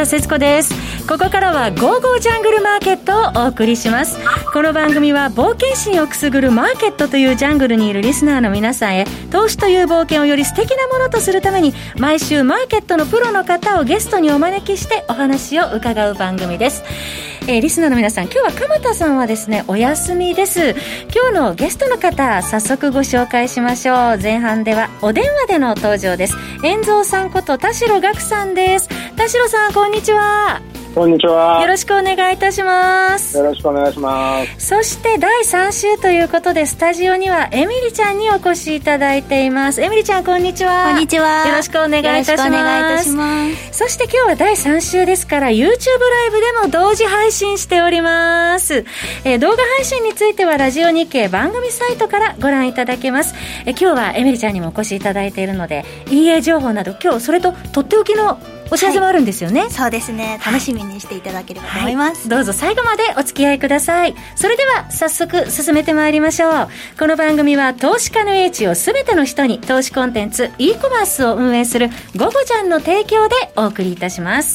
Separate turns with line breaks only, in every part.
田節子です。ここからはゴーゴージャングルマーケットをお送りします。この番組は冒険心をくすぐるマーケットというジャングルにいるリスナーの皆さんへ、投資という冒険をより素敵なものとするために、毎週マーケットのプロの方をゲストにお招きしてお話を伺う番組です。リスナーの皆さん、今日は鎌田さんはですね、お休みです。今日のゲストの方、早速ご紹介しましょう。前半ではお電話での登場です。遠蔵さんこと田代岳さんです。田代さん、こんにちは。
こんにちは。
よろしくお願いいたします。
よろしくお願いします。
そして第3週ということで、スタジオにはエミリちゃんにお越しいただいています。エミリちゃん、こんにちは。
こんにちは。
よろしくお願いいたします。
よろしくお願いいたします。
そして今日は第3週ですから、 YouTube ライブでも同時配信しております。動画配信についてはラジオ日経番組サイトからご覧いただけます。今日はエミリちゃんにもお越しいただいているので、 EA 情報など、今日それととっておきのお知らせもあるんですよね。
はい、そうですね。楽しみにしていただければと思います。
どうぞ最後までお付き合いください。それでは早速進めてまいりましょう。この番組は投資家の英知をすべての人に、投資コンテンツ e コマースを運営するゴゴジャンの提供でお送りいたします。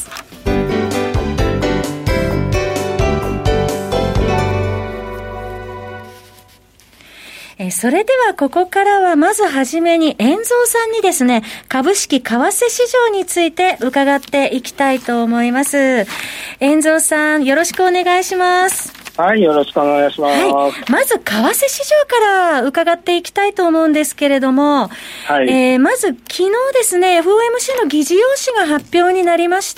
それではここからはまずはじめに遠蔵さんにですね、株式為替市場について伺っていきたいと思います。遠蔵さん、よろしくお願いします。
はい、よろしくお願いします。
はい、まず為替市場から伺っていきたいと思うんですけれども、
はい、
まず昨日ですね、 FOMC の議事要旨が発表になりました。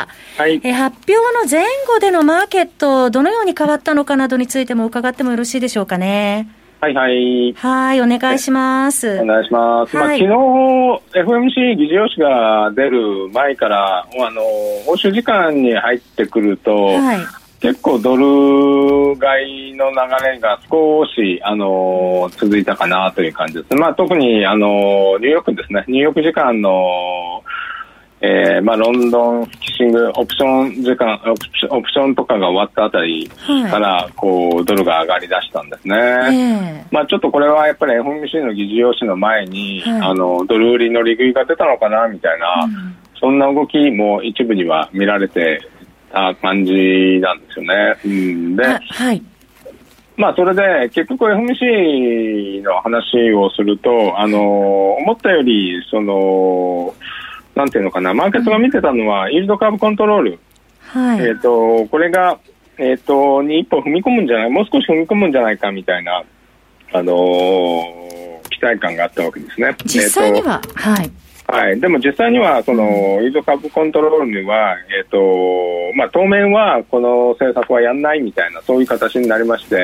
はい、
発表の前後でのマーケット、どのように変わったのかなどについても伺ってもよろしいでしょうかね。
はいはい。
はい、お願いします。
お願いします。
はい、
昨日 FOMC 議事要旨が出る前から欧州時間に入ってくると、はい、結構ドル買いの流れが少し続いたかなという感じです。特にニューヨークですね。ニューヨーク時間のロンドンフィキシングオプションとかが終わったあたりからドルが上がり出したんですね。ちょっとこれはやっぱり FOMC の議事要旨の前に、ドル売りの利食いが出たのかなみたいな、そんな動きも一部には見られてた感じなんですよね。で、はい、それで結局 FOMC の話をすると、思ったよりなんていうのかな、マーケットが見てたのは、イールドカーブコントロール。はい。これが、に一歩踏み込むんじゃない、もう少し踏み込むんじゃないかみたいな、期待感があったわけですね。
実際には、はい。
はい。でも実際には、イールドカーブコントロールには、当面は、この政策はやんないみたいな、そういう形になりまして、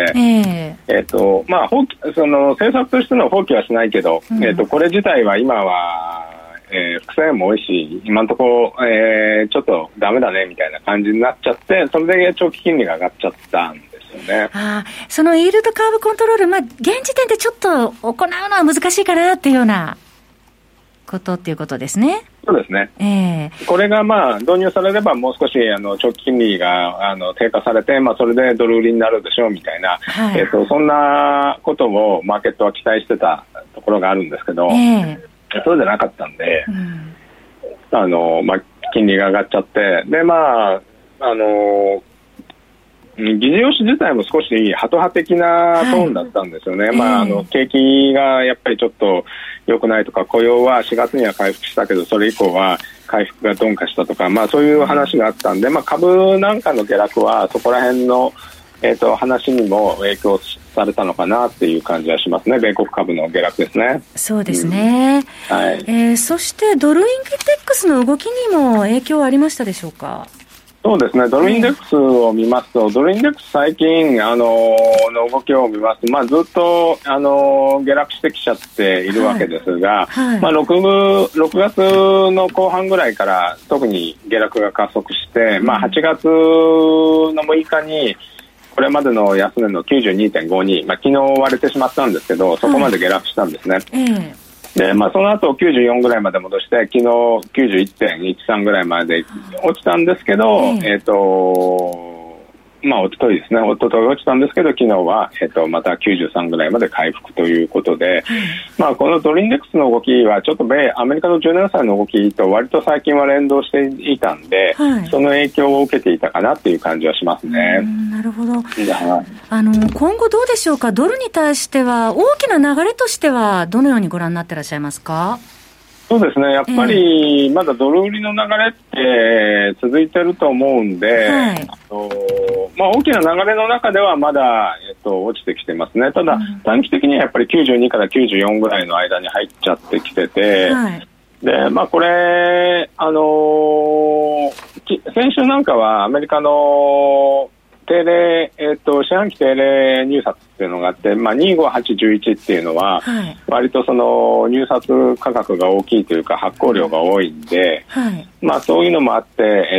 政策としての放棄はしないけど、これ自体は今は、副作用も多いし、今のところ、ちょっとダメだねみたいな感じになっちゃって、それで長期金利が上がっちゃったんですよね。
そのイールドカーブコントロール、現時点でちょっと行うのは難しいかなっていうようなことっていうことですね。
そうですね。これが導入されればもう少し長期金利が低下されて、それでドル売りになるでしょうみたいな、はい、そんなことをマーケットは期待してたところがあるんですけど、そうじゃなかったんで、金利が上がっちゃって、で、議事要旨自体も少しハト派的なトーンだったんですよね。景気がやっぱりちょっと良くないとか、雇用は4月には回復したけど、それ以降は回復が鈍化したとか、そういう話があったんで、株なんかの下落はそこら辺の話にも影響されたのかなっていう感じはしますね。米国株の下落ですね。
そうですね。はい。そしてドルインデックスの動きにも影響はありましたでしょうか。
そうですね。ドルインデックスを見ますと、ドルインデックス最近の動きを見ますと、ずっと下落してきちゃっているわけですが、6月の後半ぐらいから特に下落が加速して、8月の6日にこれまでの安値の 92.52、昨日割れてしまったんですけど、そこまで下落したんですね。で、その後94ぐらいまで戻して、昨日 91.13 ぐらいまで落ちたんですけど、 おとといですね、おととい落ちたんですけど、昨日は、また93ぐらいまで回復ということで、このドルインデックスの動きはちょっとアメリカの17歳の動きと割と最近は連動していたんで、その影響を受けていたかなっていう感じはしますね。
なるほど。今後どうでしょうか。ドルに対しては大きな流れとしてはどのようにご覧になってらっしゃいますか。
そうですね、やっぱりまだドル売りの流れって続いてると思うんで、大きな流れの中ではまだ、落ちてきてますね。ただ、短期的にはやっぱり92から94ぐらいの間に入っちゃってきてて、でこれ、先週なんかはアメリカの定例、四半期定例入札っていうのがあって、25811っていうのは、割とその入札価格が大きいというか発行量が多いんで、そういうのもあって、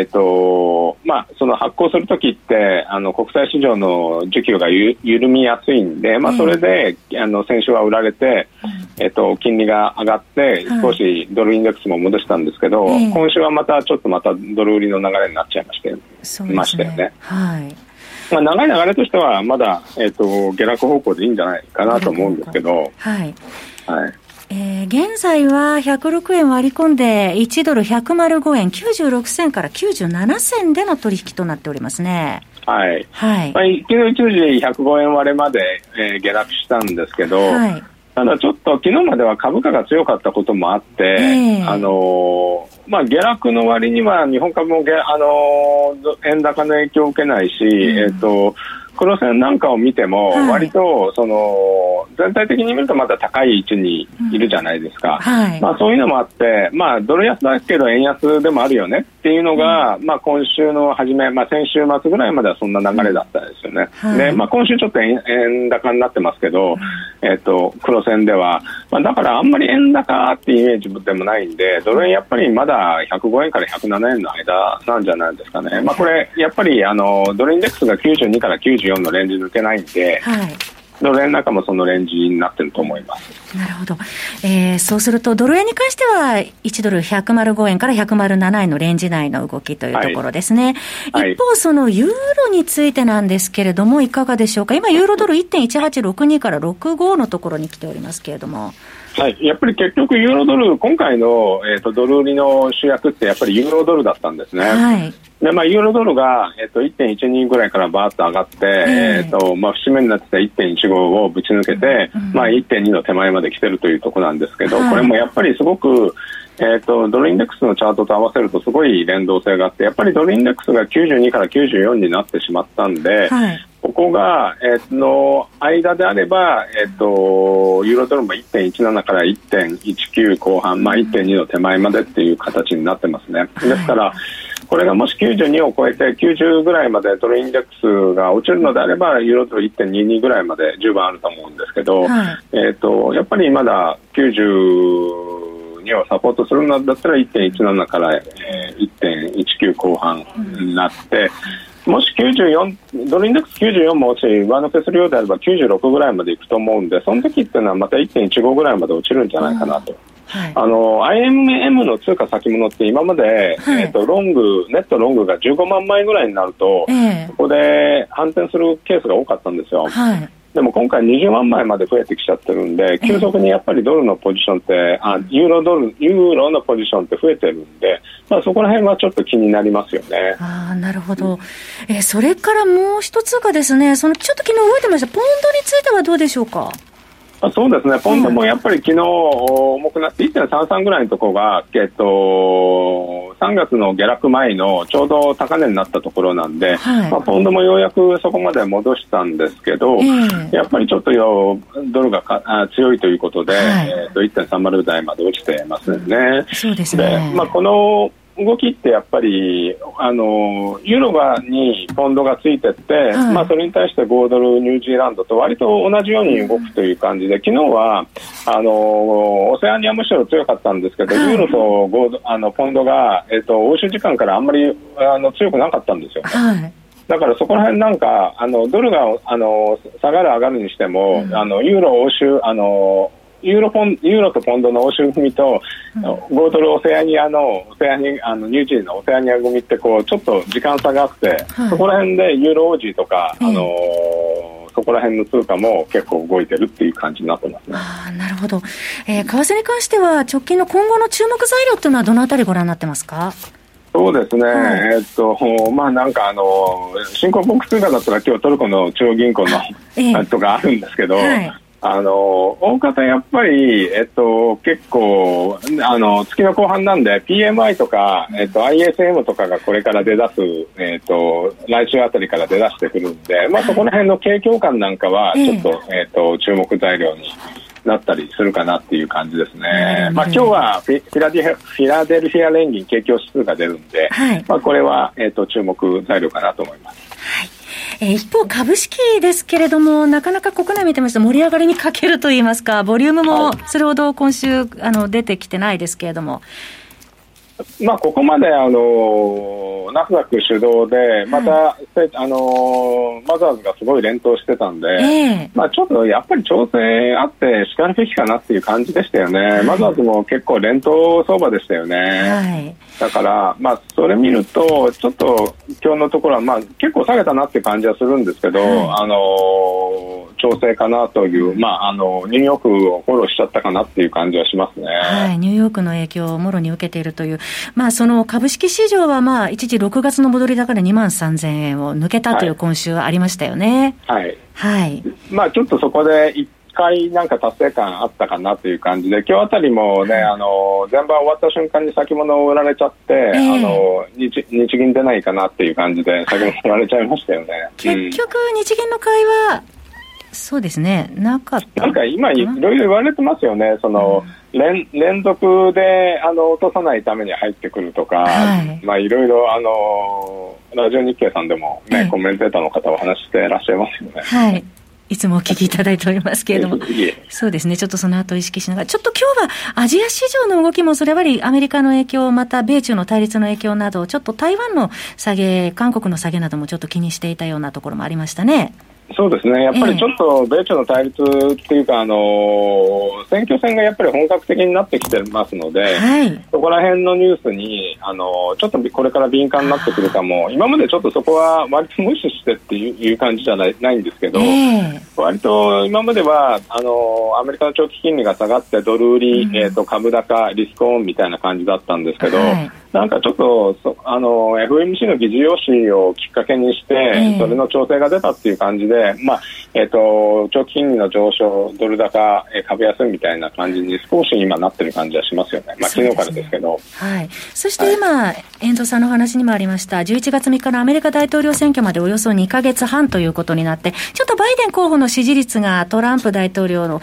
その発行するときって国際市場の需給が緩みやすいんで、それで先週は売られて、金利が上がって少しドルインデックスも戻したんですけど、今週はまたドル売りの流れになっちゃいましたよね。長い流れとしてはまだ、下落方向でいいんじゃないかなと思うんですけど、
現在は106円割り込んで1ドル105円96銭から97銭での取引となっておりますね。
昨日一時105円割れまで、下落したんですけど、ただちょっと昨日までは株価が強かったこともあって、下落の割には日本株も円高の影響を受けないし、黒線なんかを見ても割と全体的に見るとまだ高い位置にいるじゃないですか。そういうのもあって、ドル安だけど円安でもあるよねっていうのが、今週の初め、先週末ぐらいまではそんな流れだったんですよね。で、今週ちょっと円高になってますけど、黒線では、だからあんまり円高っていうイメージでもないんで、ドル円やっぱりまだ105円から107円の間なんじゃないですかね。これやっぱりドルインデックスが92から94のレンジ抜けないんで、ドル円なんかもそのレンジになってると思います。
なるほど。そうするとドル円に関しては1ドル105円から107円のレンジ内の動きというところですね。一方そのユーロについてなんですけれどもいかがでしょうか。今ユーロドル 1.1862 から65のところに来ておりますけれども。
やっぱり結局ユーロドル今回の、ドル売りの主役ってやっぱりユーロドルだったんですね。でユーロドルが、1.12 ぐらいからバーッと上がって、節目になってた 1.15 をぶち抜けて、1.2 の手前まで来てるというところなんですけど、これもやっぱりすごく、ドルインデックスのチャートと合わせるとすごい連動性があって、やっぱりドルインデックスが92から94になってしまったんで、ここが、の間であれば、ユーロドルも 1.17 から 1.19 後半、1.2 の手前までっていう形になってますね。ですから、これがもし92を超えて90ぐらいまでドルインデックスが落ちるのであればユーロドル 1.22 ぐらいまで十分あると思うんですけど、やっぱりまだ92をサポートするのだったら 1.17 から、1.19 後半になって、もし94ドルインデックス94も落ち上乗せするようであれば96ぐらいまでいくと思うんで、その時っていうのはまた 1.15 ぐらいまで落ちるんじゃないかなと。IMM の通貨先物って今まで、ネットロングが15万枚ぐらいになると、そこで反転するケースが多かったんですよ。でも今回20万枚まで増えてきちゃってるんで、急速にやっぱりドルのポジションってユーロのポジションって増えてるんで、そこら辺はちょっと気になりますよね。
なるほど。それからもう一つがですね、ちょっと昨日動いてましたポンドについてはどうでしょうか。
そうですね、ポンドもやっぱり昨日重くなって 1.33 ぐらいのところが、3月の下落前のちょうど高値になったところなんで、ポンドもようやくそこまで戻したんですけど、やっぱりちょっとドルが強いということで、1.30 台まで落ちてますね。
そうですね。
で、この動きってやっぱりユーロにポンドがついてって、それに対して5ドルニュージーランドと割と同じように動くという感じで、昨日はオセアニアむしろ強かったんですけど、ユーロとポンドが、欧州時間からあんまり強くなかったんですよね。だからそこら辺なんかドルが下がる上がるにしても、ユーロ欧州ユーロとポンドの欧州組と、5ドルオセアニアのニュージーのオセアニア組ってこうちょっと時間差があって、そこら辺でユーロオージーとか、そこら辺の通貨も結構動いてるっていう感じになってますね。
なるほど。為替に関しては直近の今後の注目材料っていうのはどのあたりご覧になってますか？
そうですね、なんか新興国通貨だったら今日トルコの中央銀行の、とかあるんですけど、大方やっぱり、結構月の後半なんで PMI とか、ISM とかがこれから出だす、来週あたりから出だしてくるんで、そこら辺の景況感なんかはちょっと、注目材料になったりするかなっていう感じですね。今日はフィラデルフィア連銀景況指数が出るんで、これは、注目材料かなと思います。
一方株式ですけれども、なかなか国内見てますと盛り上がりに欠けるといいますか、ボリュームもそれほど今週出てきてないですけれども、
ここまでナスダック主導でまた、マザーズがすごい連投してたんで、ちょっとやっぱり調整あってしかるべきかなっていう感じでしたよね。マザーズも結構連投相場でしたよね。だからそれ見るとちょっと今日のところは結構下げたなっていう感じはするんですけど、調整かなという、ニューヨークをフォローしちゃったかなっていう感じはしますね。
ニューヨークの影響をもろに受けているという、その株式市場は一時6月の戻り高で23,000円を抜けたという今週はありましたよね。ちょっとそこで一回なんか達成感あったかなという感じで、今日あたりもね、前場終わった瞬間に先物を売られちゃって、日銀出ないかなっていう感じで先物売られちゃいましたよね。 結局日銀の買いはそうですね、なかった。
なんか今いろいろ言われてますよね。連続で落とさないために入ってくるとか、いろいろラジオ日経さんでもね、コメンテーターの方は話していらっしゃいますよね。
いつもお聞きいただいておりますけれどもそうですね、ちょっとその後意識しながら、ちょっと今日はアジア市場の動きもそれはアメリカの影響、また米中の対立の影響など、ちょっと台湾の下げ、韓国の下げなどもちょっと気にしていたようなところもありましたね。
そうですね、やっぱりちょっと米中の対立っていうか、選挙戦がやっぱり本格的になってきてますので、そこら辺のニュースにちょっとこれから敏感になってくるかも。今までちょっとそこは割と無視してっていう感じじゃないんですけど、割と今まではアメリカの長期金利が下がってドル売り、株高リスクオンみたいな感じだったんですけど、なんかちょっとFOMC の議事要旨をきっかけにして、それの調整が出たっていう感じで、長期金利の上昇、ドル高、株安みたいな感じに少し今なってる感じはしますよね。昨日からですけど。
そして今、遠藤さんの話にもありました、11月3日のアメリカ大統領選挙までおよそ2ヶ月半ということになって、ちょっとバイデン候補の支持率がトランプ大統領の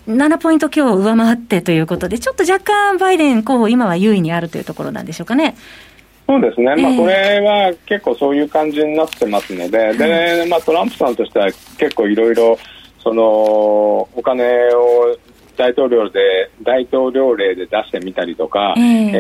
7ポイント強を上回ってということで、ちょっと若干バイデン候補今は優位にあるというところなんでしょうかね。
そうですね、これは結構そういう感じになってますので、トランプさんとしては結構いろいろお金を大統領令で出してみたりとか、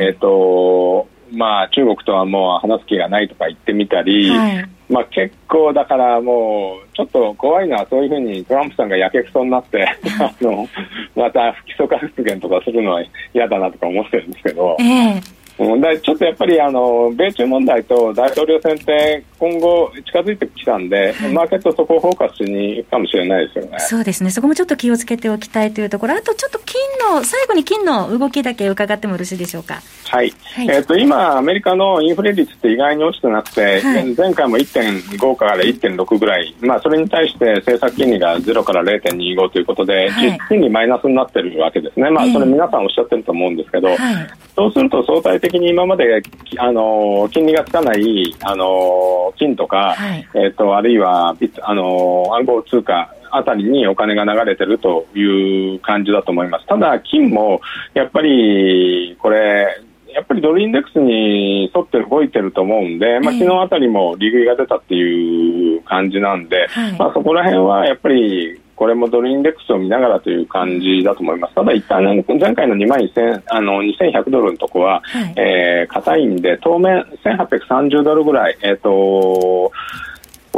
中国とはもう話す気がないとか言ってみたり、結構だからもうちょっと怖いのは、そういうふうにトランプさんがやけくそになってまた不規則発言とかするのは嫌だなとか思ってるんですけど、ちょっとやっぱり米中問題と大統領選って今後近づいてきたんで、マーケットそこをフォーカスしに行くかもしれないですよね。
そうですね、そこもちょっと気をつけておきたいというところ。あとちょっと最後に金の動きだけ伺ってもよろしいでしょうか。
今アメリカのインフレ率って意外に落ちてなくて、前回も 1.5 から 1.6 ぐらい、それに対して政策金利が0から 0.25 ということで、実金利マイナスになってるわけですね。それ皆さんおっしゃってると思うんですけど、そうすると相対的に今まで金利がつかない金とか、あるいは暗号通貨あたりにお金が流れてるという感じだと思います。ただ金もやっぱりこれやっぱりドルインデックスに沿って動いてると思うんで、昨日あたりも利食いが出たっていう感じなんで、そこら辺はやっぱりこれもドルインデックスを見ながらという感じだと思います。ただ一旦前回の2100ドルのとこは硬いんで、当面1830ドルぐらい、こ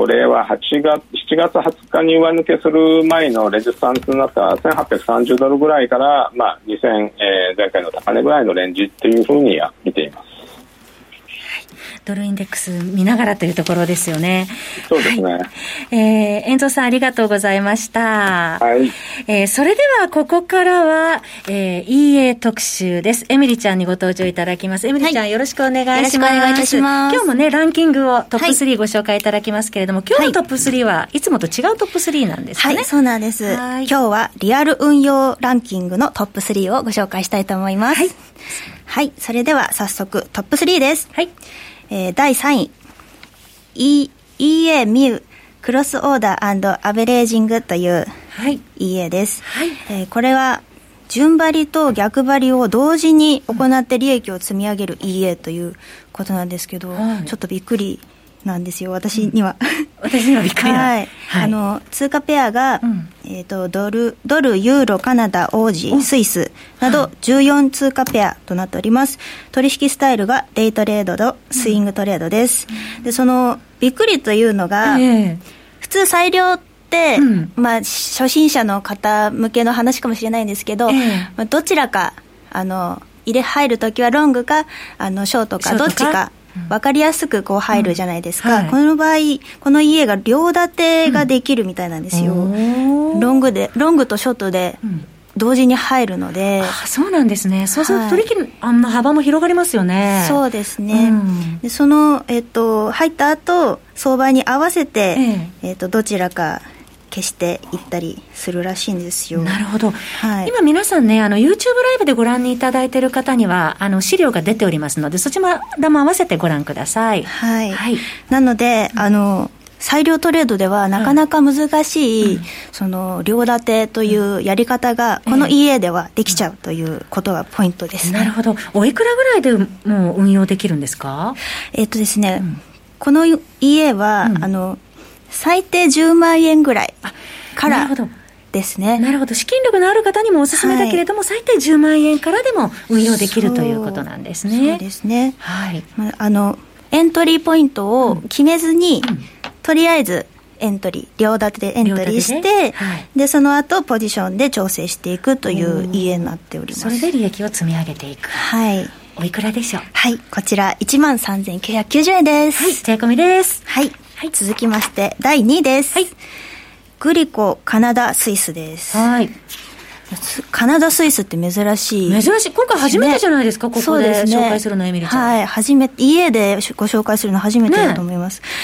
れは7月20日に上抜けする前のレジスタンスになった1830ドルぐらいから、2000、前回の高値ぐらいのレンジというふうに見ています。
ドルインデックス見ながらというところですよね。
そうですね。
遠藤さんありがとうございました。
はい。
それではここからは、EA 特集です。エミリちゃんにご登場いただきます。エミリちゃん、よろしくお願いします。よろしくお願いいたします。今日もね、ランキングをトップ3ご紹介いただきますけれども、今日のトップ3はいつもと違うトップ3なんですかね。
はい、そうなんです。今日はリアル運用ランキングのトップ3をご紹介したいと思います。はい、それでは早速トップ3です。はい。第3位 EA ミュークロスオーダー&アベレージングという EA です、これは順張りと逆張りを同時に行って利益を積み上げる EA ということなんですけど、ちょっとびっくりなんですよ、私には。
私にはびっくりな。
通貨ペアが、ドル、ユーロ、カナダ、オージ、スイスなど14通貨ペアとなっております。取引スタイルがデイトレードとスイングトレードです。で、そのびっくりというのが、普通裁量って、初心者の方向けの話かもしれないんですけど、どちらか入るときはロングかショートかどっちか分かりやすくこう入るじゃないですか、この場合この家が両立てができるみたいなんですよ、ロングとショートで同時に入るので、
そうなんですね。そうすると取引の幅も広がりますよね。
そうですね、でその、入った後相場に合わせて、どちらか消していったりするらしいんですよ。
なるほど、今皆さんねYouTube ライブでご覧にいただいている方には資料が出ておりますので、そちらも合わせてご覧ください。
なので裁量トレードではなかなか難しい、その両立てというやり方がこの EA ではできちゃうということがポイントですね。
なるほど。おいくらぐらいでもう運用できるんですか？
ですね、この EA は、最低10万円ぐらいからですね。
なるほど。資金力のある方にもおすすめだけれども、最低10万円からでも運用できるということなんですね。
そうですね。エントリーポイントを決めずに、とりあえず両立てでエントリーして、でその後ポジションで調整していくという家になっております。
それで利益を積み上げていく。おいくらでしょう？
こちら 13,990 円です。
税込みです。
続きまして第2位です。グリコカナダスイスです。カナダスイスって珍しい、今
回初めてじゃないですか、ここで紹介するの、エミリちゃん。
初めて、家でご紹介するの初めてだと思います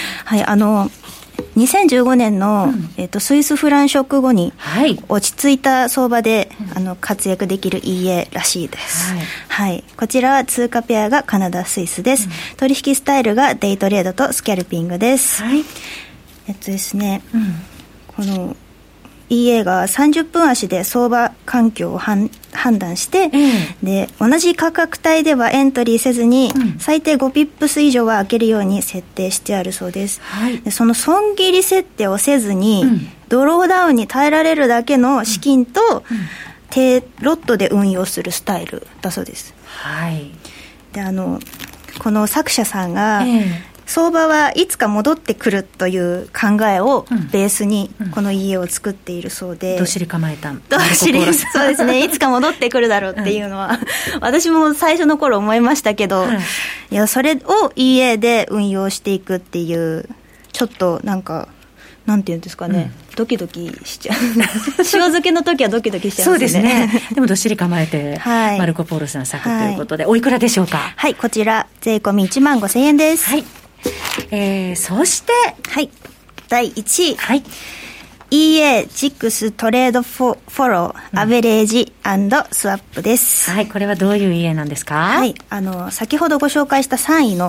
。2015年の、スイスフランショック後に落ち着いた相場で、活躍できる EA らしいです。こちらは通貨ペアがカナダスイスです。取引スタイルがデイトレードとスキャルピングです。ですね、この EA が30分足で相場環境を判断して、で同じ価格帯ではエントリーせずに、最低5ピップス以上は開けるように設定してあるそうです。でその損切り設定をせずに、ドローダウンに耐えられるだけの資金と、低ロットで運用するスタイルだそうです。でこの作者さんが、相場はいつか戻ってくるという考えをベースにこの家を作っているそうで、
どっしり構えた
そうですね、いつか戻ってくるだろうっていうのは、私も最初の頃思いましたけど、いやそれを EA で運用していくっていう、ちょっとなんていうんですかね、ドキドキしちゃう塩漬けの時はドキドキしちゃいますね。
そうですね。でもどっしり構えて、マルコ・ポーロスの作ということで、おいくらでしょうか？
こちら税込み 15,000 円です。
そして、
第1位、EA6 トレードフォロー、アベレージ&スワップです。
これはどういう EA なんですか？
先ほどご紹介した3位の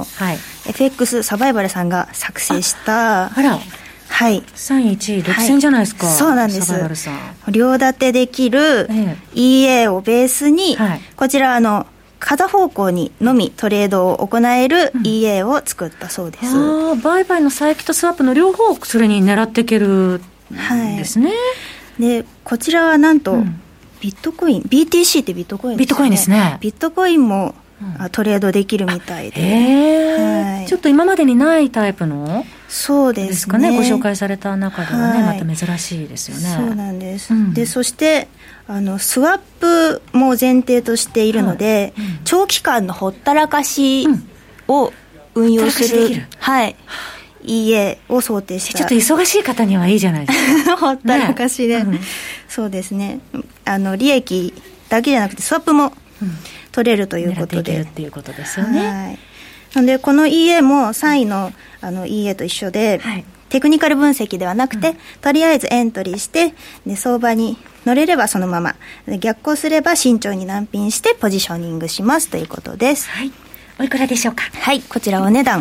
FX サバイバルさんが作成した、3
位1位独占じゃないですか。
そうなんです。
サバイバルさん、
両立てできる EA をベースに、こちら片方向にのみトレードを行える EA を作ったそうです。
売買の差益とスワップの両方それに狙っていけるんですね。
でこちらはなんと、ビットコイン BTC ってビットコインですね。
ビットコインですね。
ビットコインも、トレードできるみたいで、
ちょっと今までにないタイプの
そうですね。
ご紹介された中ではね、また珍しいですよね。
そうなんです。で、そしてスワップも前提としているので、長期間のほったらかしを運用する、EA を想定した。
ちょっと忙しい方にはいいじゃないですか。
ほったらかしで、そうですね。利益だけじゃなくてスワップも取れるということで、狙っていけるっていうことですよね。なのでこの EA も3位のEA と一緒で、テクニカル分析ではなくて、とりあえずエントリーして、で相場に乗れればそのまま、逆行すれば慎重に難品してポジショニングしますということです。
おいくらでしょうか。
こちらお値段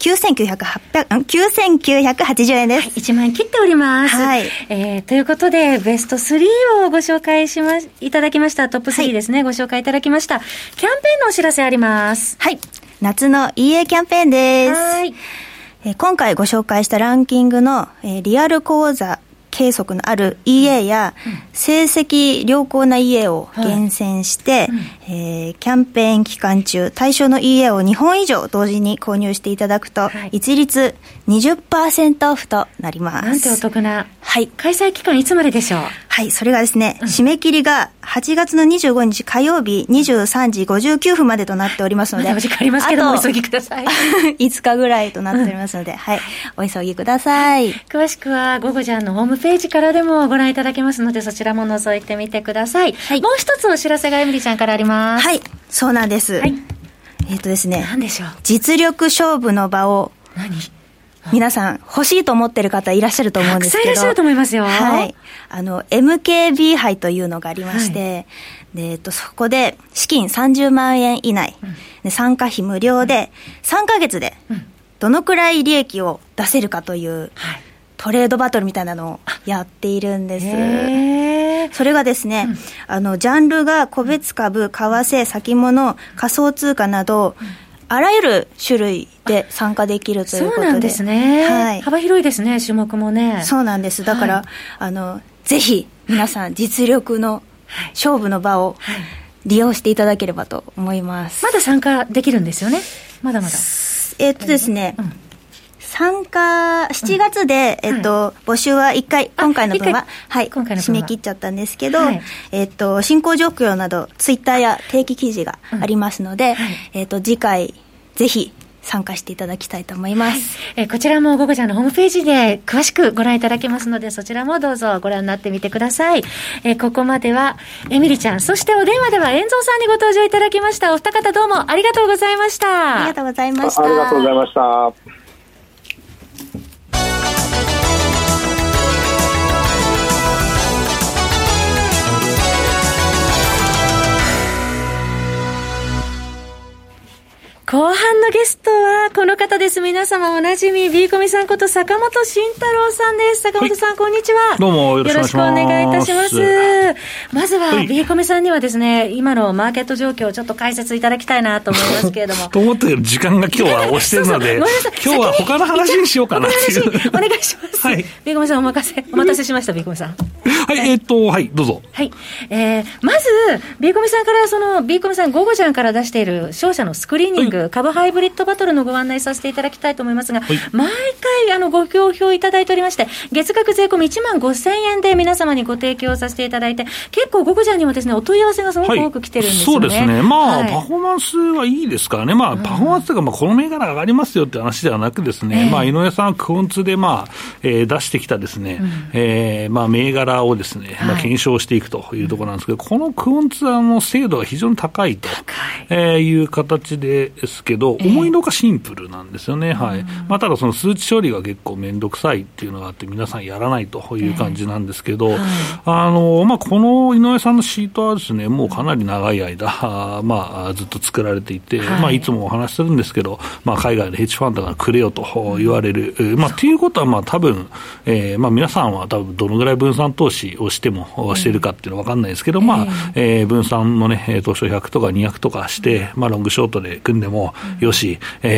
9980円です。
1万円切っております。ということでベスト3をご紹介いただきました。トップ3ですね、ご紹介いただきました。キャンペーンのお知らせあります。
夏の EA キャンペーンです。今回ご紹介したランキングの、リアル口座計測のある EA や、成績良好な EA を厳選して、キャンペーン期間中対象の EA を2本以上同時に購入していただくと、一律 20% オフとなります。
なんてお得な。開催期間いつまででしょう。
それがですね、締め切りが8月の25日火曜日23時59分までとなっておりますので、
まだお時間ありますけどもお急ぎください。
5日ぐらいとなっておりますので、お急ぎください。
詳しくはゴゴジャンのホームページからでもご覧いただけますので、そちらも覗いてみてください。もう一つお知らせがエミリちゃんからあります。
そうなんです。ですね、
何でしょう。
実力勝負の場を皆さん欲しいと思ってる方いらっしゃると思うんですけど、
たくさんいらっしゃると思いますよ。
MKB 杯というのがありまして、そこで資金30万円以内、で参加費無料で3ヶ月でどのくらい利益を出せるかという、トレードバトルみたいなのをやっているんです。それがですね、ジャンルが個別株、為替、先物、仮想通貨など、あらゆる種類で参加できるということで。
そうなんですね。幅広いですね、種目もね。
そうなんです。だから、ぜひ皆さん実力の勝負の場を利用していただければと思います。
まだ参加できるんですよね。まだまだ。
ですね、参加7月で、募集は1回、今回の分は締め切っちゃったんですけど、進行状況などツイッターや定期記事がありますので、次回ぜひ参加していただきたいと思います。
こちらもゴゴジャンのホームページで詳しくご覧いただけますので、そちらもどうぞご覧になってみてください。ここまではエミリちゃん、そしてお電話では遠蔵さんにご登場いただきました。お二方どうもありがとうございました。
ありがとうございました。
ありがとうございました。
後半のゲストはこの方です。皆様おなじみ B コミさんこと坂本慎太郎さんです。坂本さん、こんにちは。
どうもよろしくお願いいたします。
まずは B コミさんにはですね、今のマーケット状況をちょっと解説いただきたいなと思いますけれども
と思ったけど時間が今日は押してるので今日は他の話にしようかなっていう
お願いします。B コミさんお待たせしました。 B コミさん、
どうぞ。
まず B コミさんからその B コミさんゴゴジャンから出している商社のスクリーニング、株ハイブリッドバトルのご案内させていただきたいと思いますが、毎回ご好評いただいておりまして、月額税込み15,000円で皆様にご提供させていただいて、結構ゴゴジャンにもですね、お問い合わせがすごく多く来てるんですよね。
そうですね。パフォーマンスはいいですからね。パフォーマンスというか、この銘柄上がりますよって話ではなくですね、井上さんはクオンツで出してきたですね、銘柄をですね、検証していくというところなんですけど、このクオンツの精度が非常に高いという形ですけど、思いのほかシンプルなんですよね。ただその数値処理が結構めんどくさいっていうのがあって皆さんやらないという感じなんですけど、この井上さんのシートはですね、もうかなり長い間ずっと作られていて、いつもお話しするんですけど、海外のヘッジファンドがくれよと言われる、っていうことは多分、皆さんは多分どのぐらい分散投資をしているかっていうのは分かんないですけど、分散のね東証100とか200とかして、ロングショートで組んでもよし、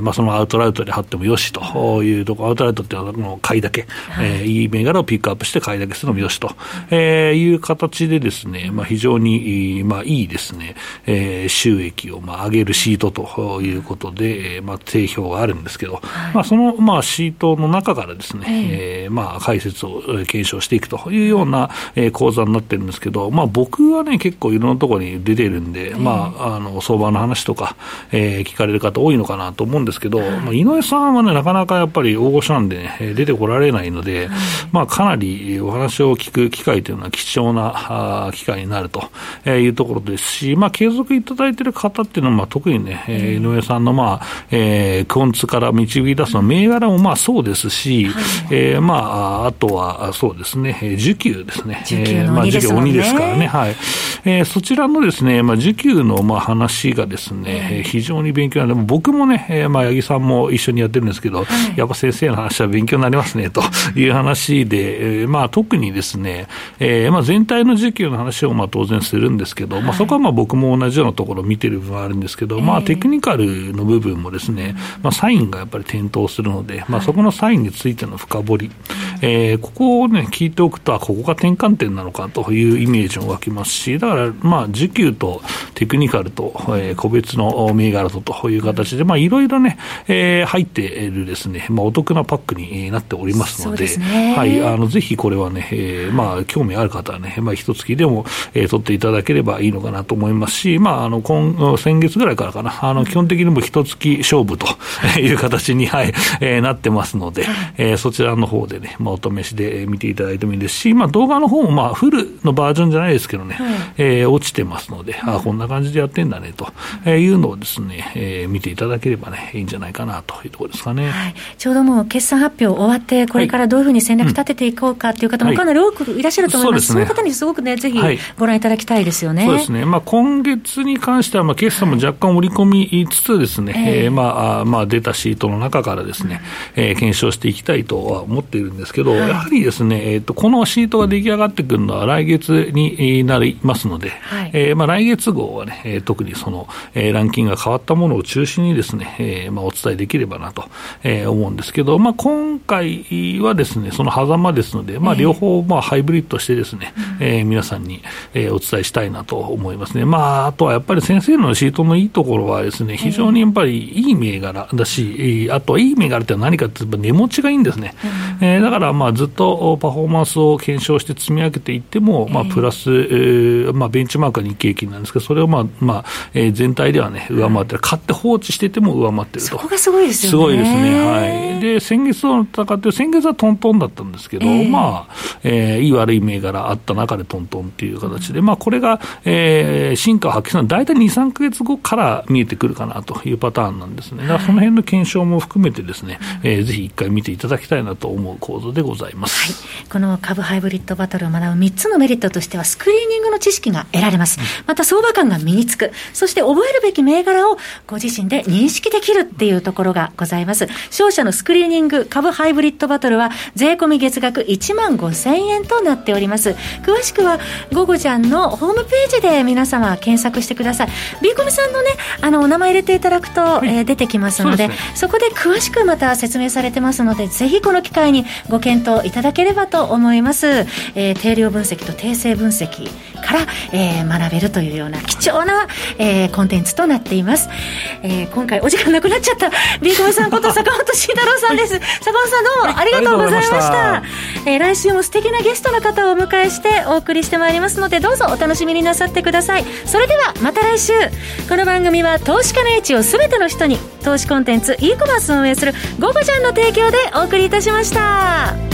そのアウトラウトで貼ってもよしというところ、アウトラウトっていうのは買いだけ、いい銘柄をピックアップして買いだけするのもよしと、いう形でですね、非常に、いいですね、収益を上げるシートということで、定評があるんですけど、そのシートの中からですね、解説を検証していくというような講座になってるんですけど、僕はね結構いろんなところに出てるんで、相場の話とか、聞かれる方多いのかなと思うんですけど、井上さんはねなかなかやっぱり大御所なんで、ね、出てこられないので、かなりお話を聞く機会というのは貴重な機会になるというところですし、継続いただいている方っていうのは、特にね、井上さんのクオンツから導き出すの銘柄もそうですし、あとはそうですね、需給ですね、
需給の鬼ですもんね。
需給鬼ですからね、はい、そちらのですね、需給の話がですね、非常に勉強なんで、僕もね、八木さんも一緒にやってるんですけど、やっぱ先生の話は勉強になりますねという話で、特にですね、全体の需給の話を当然するんですけど、そこは僕も同じようなところを見てる部分はあるんですけど、テクニカルの部分もですね、サインがやっぱり点灯するので、そこのサインについての深掘り、ここをね聞いておくと、ここが転換点なのかというイメージも湧きますし、だから需給とテクニカルと、個別の銘柄という形でいろいろね、入っているですね、お得なパックになっておりますので、はい、ぜひこれはね、興味ある方はね、一月でも、取っていただければいいのかなと思いますし、先月ぐらいからかな、基本的にも一月勝負という形に、なってますので、そちらの方でね、お試しで見ていただいてもいいですし、動画の方もフルのバージョンじゃないですけどね、落ちてますので、こんな感じでやってんだねというのをですね、見ていただければね、いいんじゃないかなというところですかね。
ちょうどもう決算発表終わって、これからどういうふうに戦略立てていこうかという方もかなり多くいらっしゃると思います。そういう方にすごくね、ぜひご覧いただきたいですよね。
そうですね。今月に関しては、決算も若干織り込みつつですね、出たシートの中からですね、検証していきたいとは思っているんですけど、やはりですね、このシートが出来上がってくるのは来月になりますので、来月号はね、特にその、ランキングが変わったものを中心にですね、お伝えできればなと、思うんですけど、今回はですね、その狭間ですので、両方ハイブリッドしてですね、皆さんに、お伝えしたいなと思いますね。あとはやっぱり先生のシートのいいところはですね、非常にやっぱりいい銘柄だし、あとはいい銘柄って何かって値持ちがいいんですね。だからずっとパフォーマンスを検証して積み上げていっても、プラス、ベンチマークは日経平均なんですけど、それを全体ではね、上回ってる。買って放置してても上回ってると。
そこがすごいですよね。
すごいですね。はい。で、先月の戦って、先月はトントンだったんですけど、いい悪い銘柄あった中でトントンっていう形で、これが、進化を発揮するのは大体2、3ヶ月後から見えてくるかなというパターンなんですね。だからその辺の検証も含めてですね、ぜひ一回見ていただきたいなと思う構造でございます。
この株ハイブリッドバトルを学ぶ3つのメリットとしては、スクリーニングの知識が得られます。また相場感が身につく。そして覚えるべき銘柄をご自身で認識できるっていうところがございます。商社のスクリーニング株ハイブリッドバトルは税込み月額15,000円となっております。詳しくはゴゴジャンのホームページで皆様検索してください。ビーコミさんのね、お名前入れていただくと、出てきますので、そこで詳しくまた説明されてますので、ぜひこの機会にご検討いただければと思います。定量分析と定性分析から、学べるというような貴重な、コンテンツとなっています。今回お時間なくなっちゃったビーコミさんこと坂本慎太郎さんです。坂本さんどうもありがとうございました。来週も素敵なゲストの方をお迎えしてお送りしてまいりますので、どうぞお楽しみになさってください。それではまた来週。この番組は投資家の位置をすべての人に、投資コンテンツ e コマースを運営するゴゴジャンの提供でお送りいたしました。